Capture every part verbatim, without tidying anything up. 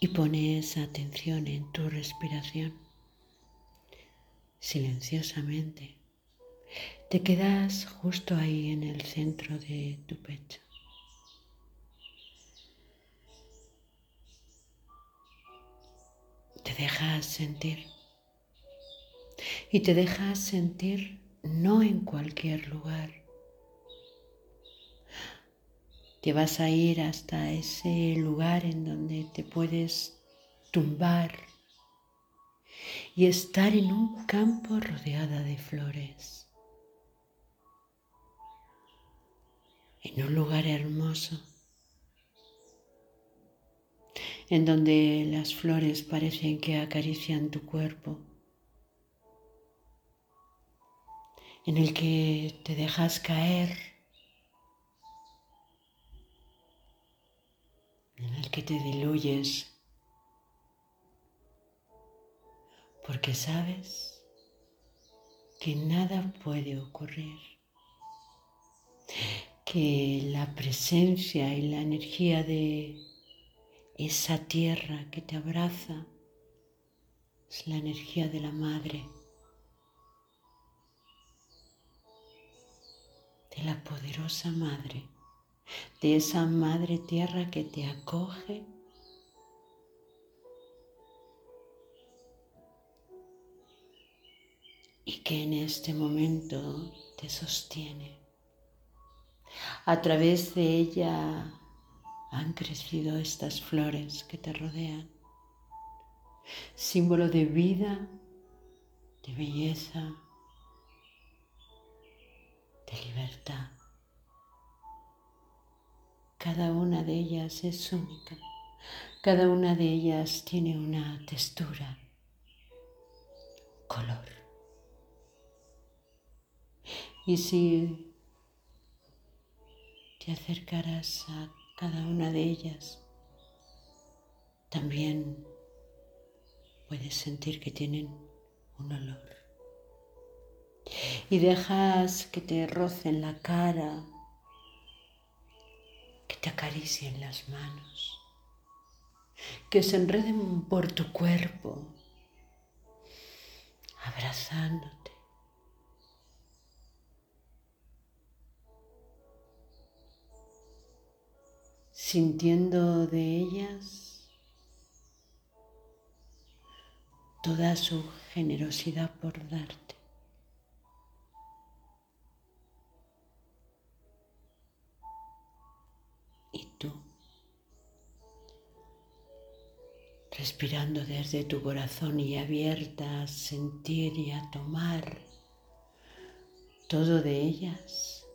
y pones atención en tu respiración. Silenciosamente te quedas justo ahí en el centro de tu pecho. Te dejas sentir y te dejas sentir no en cualquier lugar. Te vas a ir hasta ese lugar en donde te puedes tumbar y estar en un campo rodeada de flores. En un lugar hermoso, en donde las flores parecen que acarician tu cuerpo, en el que te dejas caer, en el que te diluyes, porque sabes que nada puede ocurrir, que la presencia y la energía de esa tierra que te abraza es la energía de la madre, de la poderosa madre, de esa madre tierra que te acoge y que en este momento te sostiene. A través de ella han crecido estas flores que te rodean, símbolo de vida, de belleza, de libertad. Cada una de ellas es única, cada una de ellas tiene una textura, color. Y si te acercaras a cada una de ellas, también puedes sentir que tienen un olor. Y dejas que te rocen la cara, que te acaricien las manos, que se enreden por tu cuerpo, abrazándote. Sintiendo de ellas toda su generosidad por darte. Y tú, respirando desde tu corazón y abierta a sentir y a tomar todo de ellas,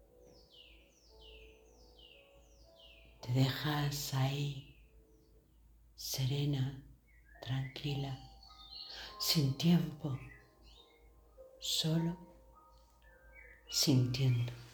te dejas ahí, serena, tranquila, sin tiempo, solo sintiendo.